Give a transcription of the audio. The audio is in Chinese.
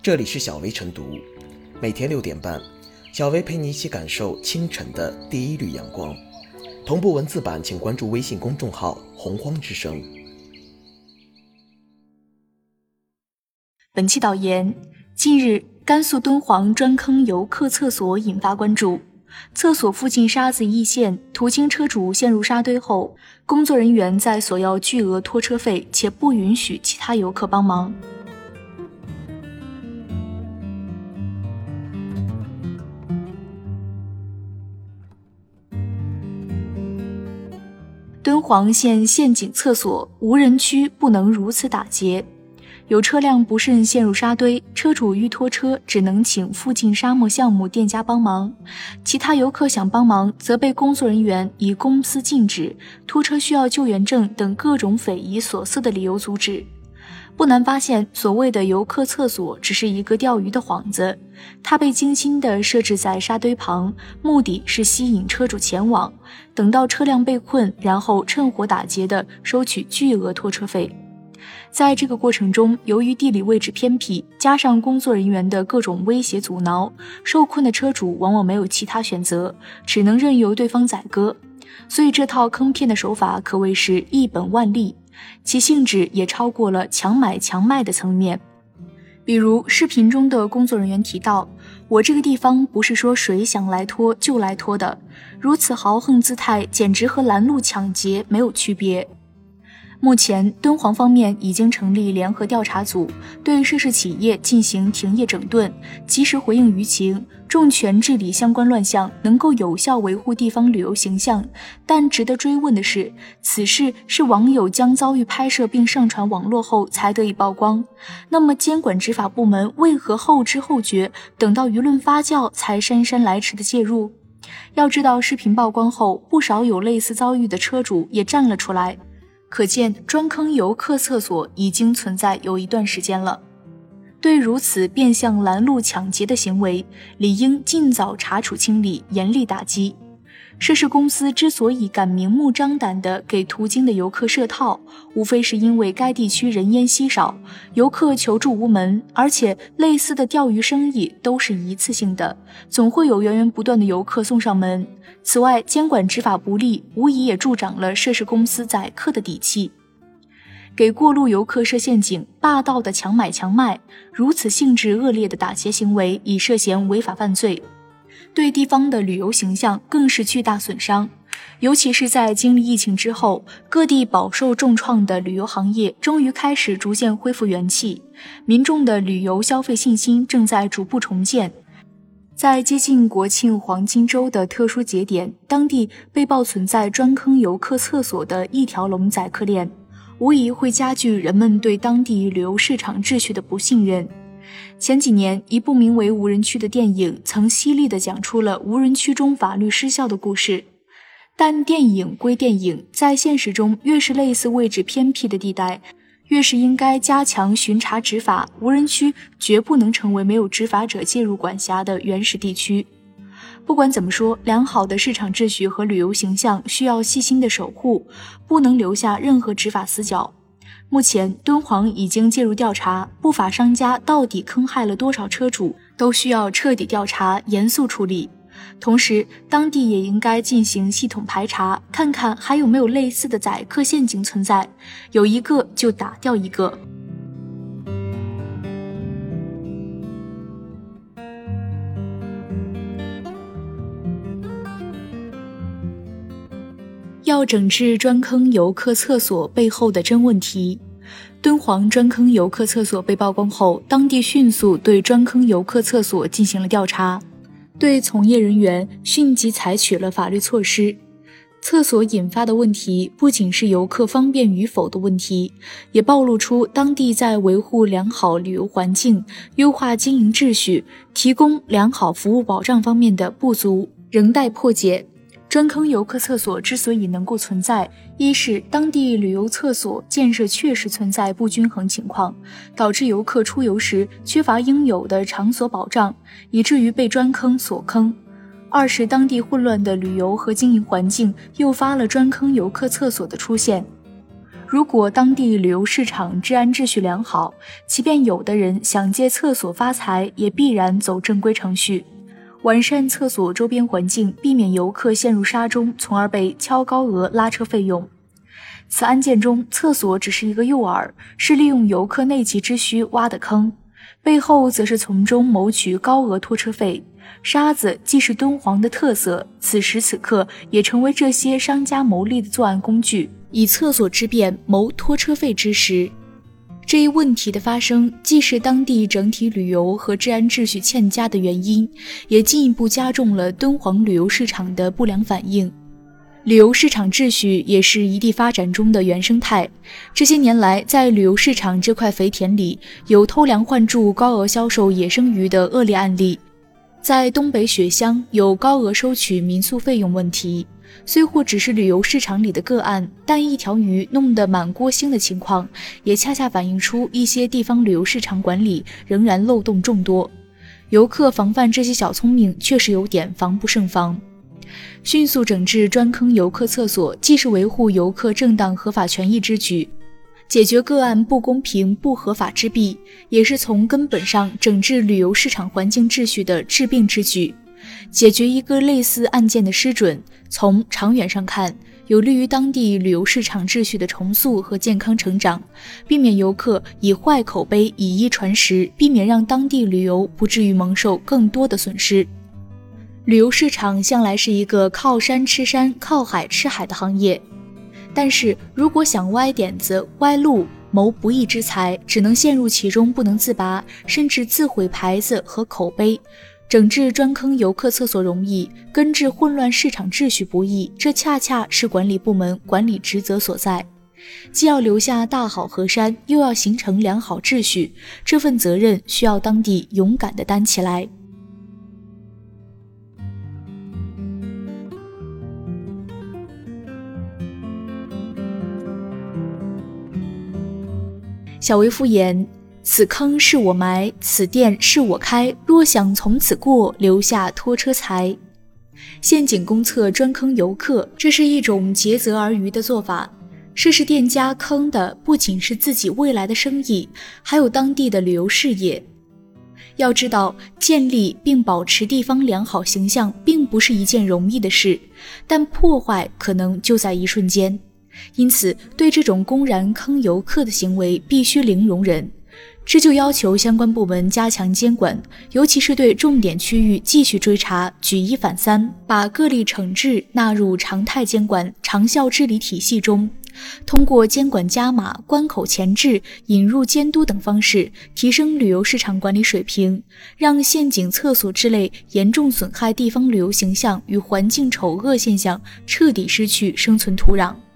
这里是小薇晨读，每天6点半，小薇陪你一起感受清晨的第一缕阳光。同步文字版请关注微信公众号洪荒之声。 本期导言：近日，甘肃敦煌砖坑游客厕所引发关注。厕所附近沙子溢现，途经车主陷入沙堆后，工作人员在索要巨额拖车费，且不允许其他游客帮忙。敦煌县陷阱厕所无人区不能如此打劫，有车辆不慎陷入沙堆，车主欲拖车只能请附近沙漠项目店家帮忙，其他游客想帮忙则被工作人员以公司禁止、拖车需要救援证等各种匪夷所思的理由阻止。不难发现，所谓的游客厕所只是一个钓鱼的幌子，它被精心地设置在沙堆旁，目的是吸引车主前往，等到车辆被困，然后趁火打劫地收取巨额拖车费。在这个过程中，由于地理位置偏僻，加上工作人员的各种威胁阻挠，受困的车主往往没有其他选择，只能任由对方宰割。所以这套坑骗的手法可谓是一本万利，其性质也超过了强买强卖的层面。比如视频中的工作人员提到，我这个地方不是说谁想来拖就来拖的，如此豪横姿态简直和拦路抢劫没有区别。目前敦煌方面已经成立联合调查组，对涉事企业进行停业整顿，及时回应舆情，重拳治理相关乱象，能够有效维护地方旅游形象。但值得追问的是，此事是网友将遭遇拍摄并上传网络后才得以曝光，那么监管执法部门为何后知后觉，等到舆论发酵才姗姗来迟的介入？要知道，视频曝光后，不少有类似遭遇的车主也站了出来，可见砖坑游客厕所已经存在有一段时间了。对如此变相拦路抢劫的行为，理应尽早查处清理，严厉打击。涉事公司之所以敢明目张胆地给途经的游客设套，无非是因为该地区人烟稀少，游客求助无门，而且类似的钓鱼生意都是一次性的，总会有源源不断的游客送上门。此外，监管执法不力，无疑也助长了涉事公司宰客的底气。给过路游客设陷阱，霸道的强买强卖，如此性质恶劣的打劫行为已涉嫌违法犯罪，对地方的旅游形象更是巨大损伤。尤其是在经历疫情之后，各地饱受重创的旅游行业终于开始逐渐恢复元气，民众的旅游消费信心正在逐步重建。在接近国庆黄金周的特殊节点，当地被曝存在砖坑游客厕所的一条龙宰客链，无疑会加剧人们对当地旅游市场秩序的不信任。前几年，一部名为《无人区》的电影曾犀利地讲出了无人区中法律失效的故事。但电影归电影，在现实中，越是类似位置偏僻的地带，越是应该加强巡查执法，无人区绝不能成为没有执法者介入管辖的原始地区。不管怎么说，良好的市场秩序和旅游形象需要细心的守护，不能留下任何执法死角。目前，敦煌已经介入调查，不法商家到底坑害了多少车主，都需要彻底调查，严肃处理。同时，当地也应该进行系统排查，看看还有没有类似的宰客陷阱存在，有一个就打掉一个。要整治砖坑游客厕所背后的真问题。敦煌砖坑游客厕所被曝光后，当地迅速对砖坑游客厕所进行了调查，对从业人员迅即采取了法律措施。厕所引发的问题不仅是游客方便与否的问题，也暴露出当地在维护良好旅游环境、优化经营秩序、提供良好服务保障方面的不足，仍待破解。砖坑游客厕所之所以能够存在，一是当地旅游厕所建设确实存在不均衡情况，导致游客出游时缺乏应有的场所保障，以至于被砖坑所坑；二是当地混乱的旅游和经营环境诱发了砖坑游客厕所的出现。 如果当地旅游市场治安秩序良好，即便有的人想借厕所发财，也必然走正规程序。完善厕所周边环境，避免游客陷入沙中，从而被敲高额拉车费用。此案件中，厕所只是一个诱饵，是利用游客内急之需挖的坑，背后则是从中谋取高额拖车费。沙子既是敦煌的特色，此时此刻也成为这些商家牟利的作案工具，以厕所之便谋拖车费之实。这一问题的发生，既是当地整体旅游和治安秩序欠佳的原因，也进一步加重了敦煌旅游市场的不良反应。旅游市场秩序也是一地发展中的原生态。这些年来，在旅游市场这块肥田里，有偷梁换柱、高额销售野生鱼的恶劣案例。在东北雪乡有高额收取民宿费用问题，虽或只是旅游市场里的个案，但一条鱼弄得满锅腥的情况，也恰恰反映出一些地方旅游市场管理仍然漏洞众多。游客防范这些小聪明确实有点防不胜防。迅速整治专坑游客厕所，既是维护游客正当合法权益之举，解决个案不公平不合法之弊，也是从根本上整治旅游市场环境秩序的治病之举。解决一个类似案件的失准，从长远上看，有利于当地旅游市场秩序的重塑和健康成长，避免游客以坏口碑以一传十，避免让当地旅游不至于蒙受更多的损失。旅游市场向来是一个靠山吃山、靠海吃海的行业，但是如果想歪点子、歪路、谋不义之财，只能陷入其中不能自拔，甚至自毁牌子和口碑。整治专坑游客厕所容易，根治混乱市场秩序不易，这恰恰是管理部门管理职责所在。既要留下大好河山，又要形成良好秩序，这份责任需要当地勇敢地担起来。小微敷言，此坑是我埋，此店是我开，若想从此过，留下拖车财。陷阱公厕专坑游客，这是一种竭泽而渔的做法。涉事店家坑的不仅是自己未来的生意，还有当地的旅游事业。要知道，建立并保持地方良好形象并不是一件容易的事，但破坏可能就在一瞬间。因此，对这种公然坑游客的行为必须零容忍。这就要求相关部门加强监管，尤其是对重点区域继续追查，举一反三，把个例惩治纳入常态监管、长效治理体系中。通过监管加码、关口前置、引入监督等方式，提升旅游市场管理水平，让陷阱厕所之类严重损害地方旅游形象与环境丑恶现象彻底失去生存土壤。